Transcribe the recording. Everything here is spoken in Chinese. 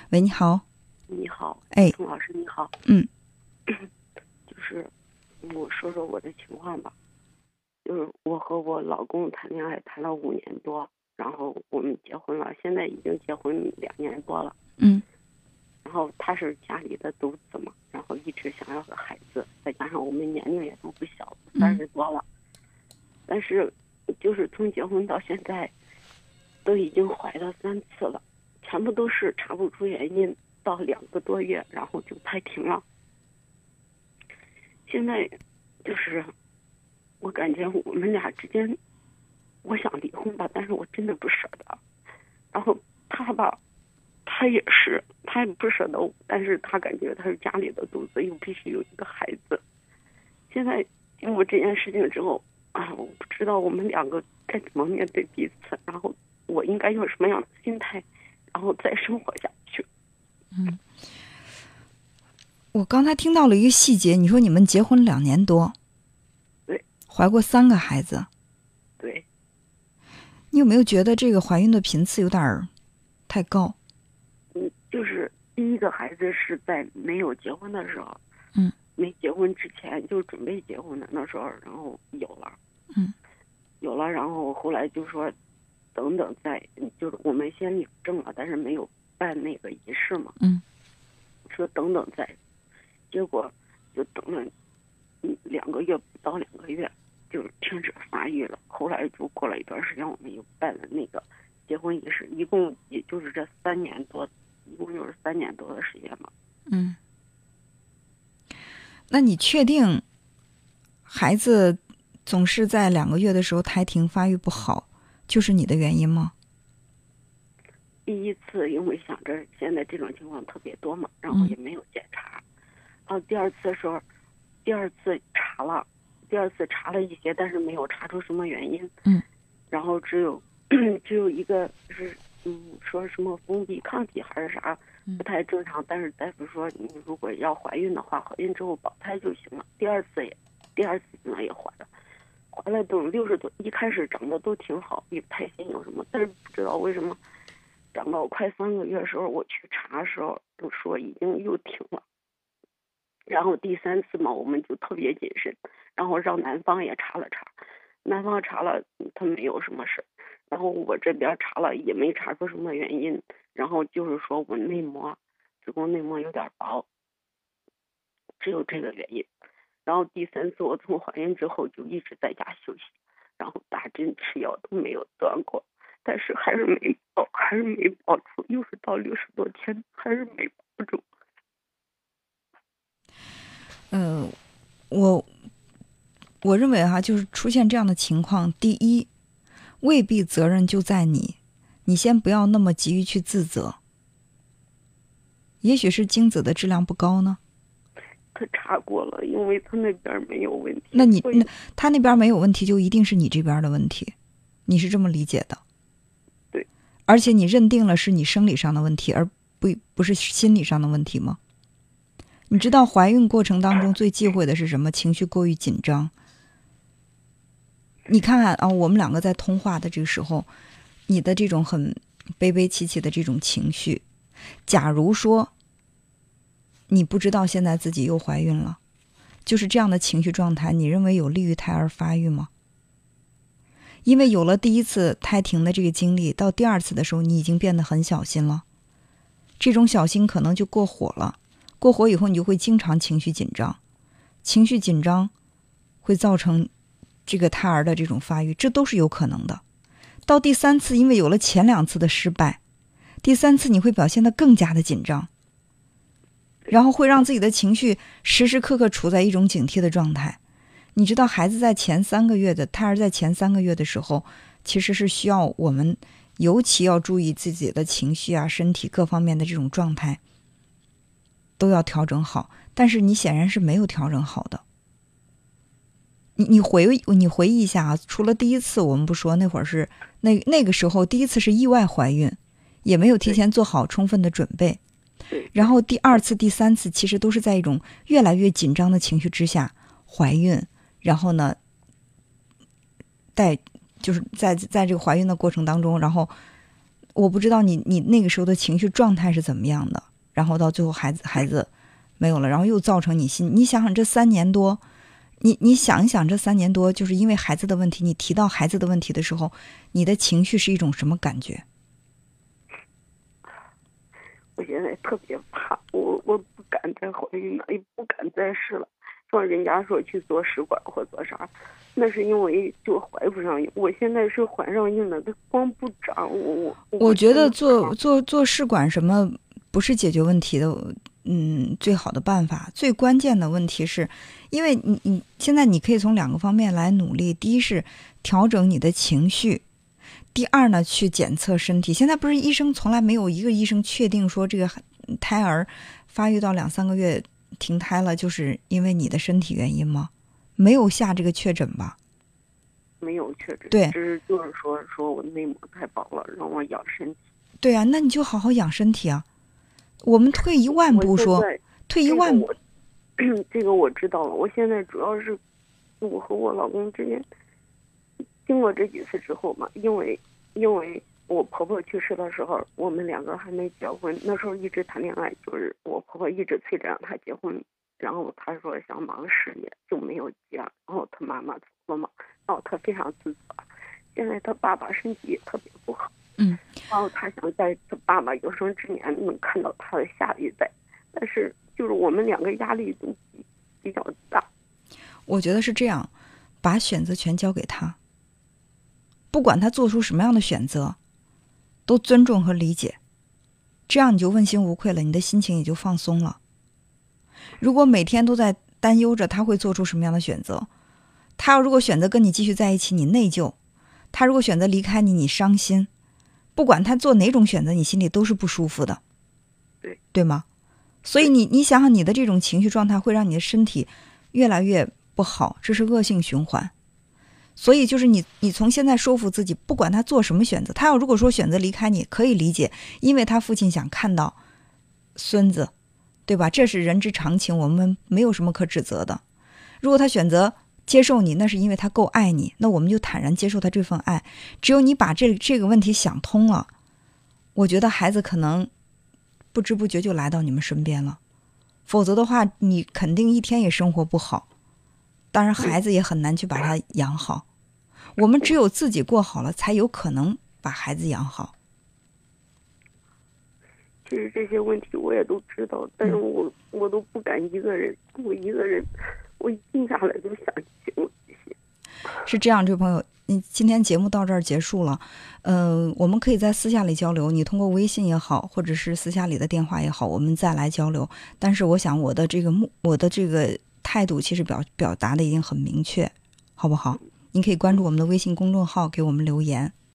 喂，你好。 你好， 哎， 钟老师，你好。 嗯就是我说说我的情况吧。就是我和我老公谈恋爱谈了5年多，然后我们结婚了，现在已经结婚2年多了。 嗯然后他是家里的独子嘛，然后一直想要个孩子，再加上我们年龄也都不小，30多了。但是就是从结婚到现在，都已经怀了3次了，全部都是查不出原因，到2个多月，然后就胎停了。现在就是我感觉我们俩之间，我想离婚吧，但是我真的不舍得。然后他吧，他也是，他也不舍得我，但是他感觉他是家里的独子，又必须有一个孩子。现在经过这件事情之后啊，我不知道我们两个该怎么面对彼此，然后我应该用什么样的心态，然后再生活下去。 我刚才听到了一个细节，你说你们结婚2年多， 对怀过3个孩子， 对， 你有没有觉得这个怀孕的频次有点儿太高？ 就是第一个孩子是在没有结婚的时候，没结婚之前就准备结婚的那时候，然后有了，有了，然后后来就说等等再，就是我们先领证了，但是没有办那个仪式嘛，说等等再，结果就等了2个月，不到2个月就停止发育了。后来就过了一段时间，我们又办了那个结婚仪式，一共也就是这3年多，一共就是3年多的时间嘛。 那你确定孩子总是在2个月的时候胎停发育不好，就是你的原因吗？ 第一次因为想着现在这种情况特别多嘛，然后也没有检查。然后第二次的时候，第二次查了一些，但是没有查出什么原因。然后只有一个是说什么封闭抗体还是啥不太正常，但是大夫说你如果要怀孕的话，怀孕之后保胎就行了。第二次呢也怀了等60多，一开始长得都挺好，也不太心有什么，但是不知道为什么长到快3个月的时候，我去查的时候就说已经又停了。然后第3次嘛，我们就特别谨慎，然后让男方也查了查，男方查了他没有什么事，然后我这边查了也没查出什么原因，然后就是说我子宫内膜有点薄，只有这个原因。然后第3次我从怀孕之后就一直在家休息，然后打针吃药都没有断过，但是还是没保住，又是到60多天还是没保住。 我认为就是出现这样的情况，第一，未必责任就在你，你先不要那么急于去自责，也许是精子的质量不高呢。 他查过了，因为他那边没有问题。 那他那边没有问题，就一定是你这边的问题，你是这么理解的？ 对。 而且你认定了是你生理上的问题，而不是心理上的问题吗？你知道怀孕过程当中最忌讳的是什么？情绪过于紧张。你看看我们2个在通话的这个时候，你的这种很悲悲戚戚的这种情绪，假如说你不知道现在自己又怀孕了，就是这样的情绪状态，你认为有利于胎儿发育吗？因为有了第1次胎停的这个经历，到第2次的时候你已经变得很小心了，这种小心可能就过火了，过火以后你就会经常情绪紧张，情绪紧张会造成这个胎儿的这种发育，这都是有可能的。到第3次，因为有了前2次的失败，第3次你会表现得更加的紧张，然后会让自己的情绪时时刻刻处在一种警惕的状态。你知道孩子在前3个月的胎儿在前3个月的时候，其实是需要我们尤其要注意自己的情绪身体各方面的这种状态都要调整好，但是你显然是没有调整好的。你回忆一下除了第1次我们不说，那会儿是那个时候第1次是意外怀孕，也没有提前做好充分的准备，然后第2次第3次其实都是在一种越来越紧张的情绪之下怀孕，然后呢就是在这个怀孕的过程当中，然后我不知道你那个时候的情绪状态是怎么样的，然后到最后孩子没有了，然后又造成你想想这3年多，你想一想这3年多，就是因为孩子的问题，你提到孩子的问题的时候，你的情绪是一种什么感觉？ 我现在特别怕，我不敢再怀孕了，也不敢再试了。说人家说去做试管或做啥，那是因为就怀不上孕。我现在是怀上孕了，它光不长。 我觉得做试管什么不是解决问题的，最好的办法。最关键的问题是，因为你现在你可以从2个方面来努力。第一是调整你的情绪，第二呢去检测身体。现在不是医生从来没有一个医生确定说这个胎儿发育到2-3个月停胎了，就是因为你的身体原因吗？没有下这个确诊吧？ 没有确诊， 对， 只是就是说我内膜太薄了，让我养身体。 对啊，那你就好好养身体啊。我们退一万步说，退一万步， 这个我知道了。我现在主要是我和我老公之间经过这几次之后嘛，因为我婆婆去世的时候，我们2个还没结婚，那时候一直谈恋爱，就是我婆婆一直催着让她结婚，然后她说想忙事业就没有结，然后她妈妈走了嘛，然后她非常自责。现在她爸爸身体也特别不好，然后她想在她爸爸有生之年能看到她的下一代，但是就是我们2个压力都比较大。 我觉得是这样，把选择权交给他，不管他做出什么样的选择，都尊重和理解，这样你就问心无愧了，你的心情也就放松了。如果每天都在担忧着他会做出什么样的选择，他要如果选择跟你继续在一起，你内疚；他如果选择离开你，你伤心。不管他做哪种选择，你心里都是不舒服的，对吗？所以你想想，你的这种情绪状态会让你的身体越来越不好，这是恶性循环。所以就是你从现在说服自己，不管他做什么选择，他要如果说选择离开你，可以理解，因为他父亲想看到孙子，对吧？这是人之常情，我们没有什么可指责的。如果他选择接受你，那是因为他够爱你，那我们就坦然接受他这份爱。只有你把这个问题想通了，我觉得孩子可能不知不觉就来到你们身边了。否则的话，你肯定一天也生活不好，当然孩子也很难去把他养好。我们只有自己过好了，才有可能把孩子养好。 其实这些问题我也都知道，但是我都不敢一个人，我一个人，我一静下来就想清这些。 是这样，这位朋友，今天节目到这儿结束了。我们可以在私下里交流，你通过微信也好，或者是私下里的电话也好，我们再来交流。但是我想我的这个态度其实表达的已经很明确，好不好？您可以关注我们的微信公众号，给我们留言。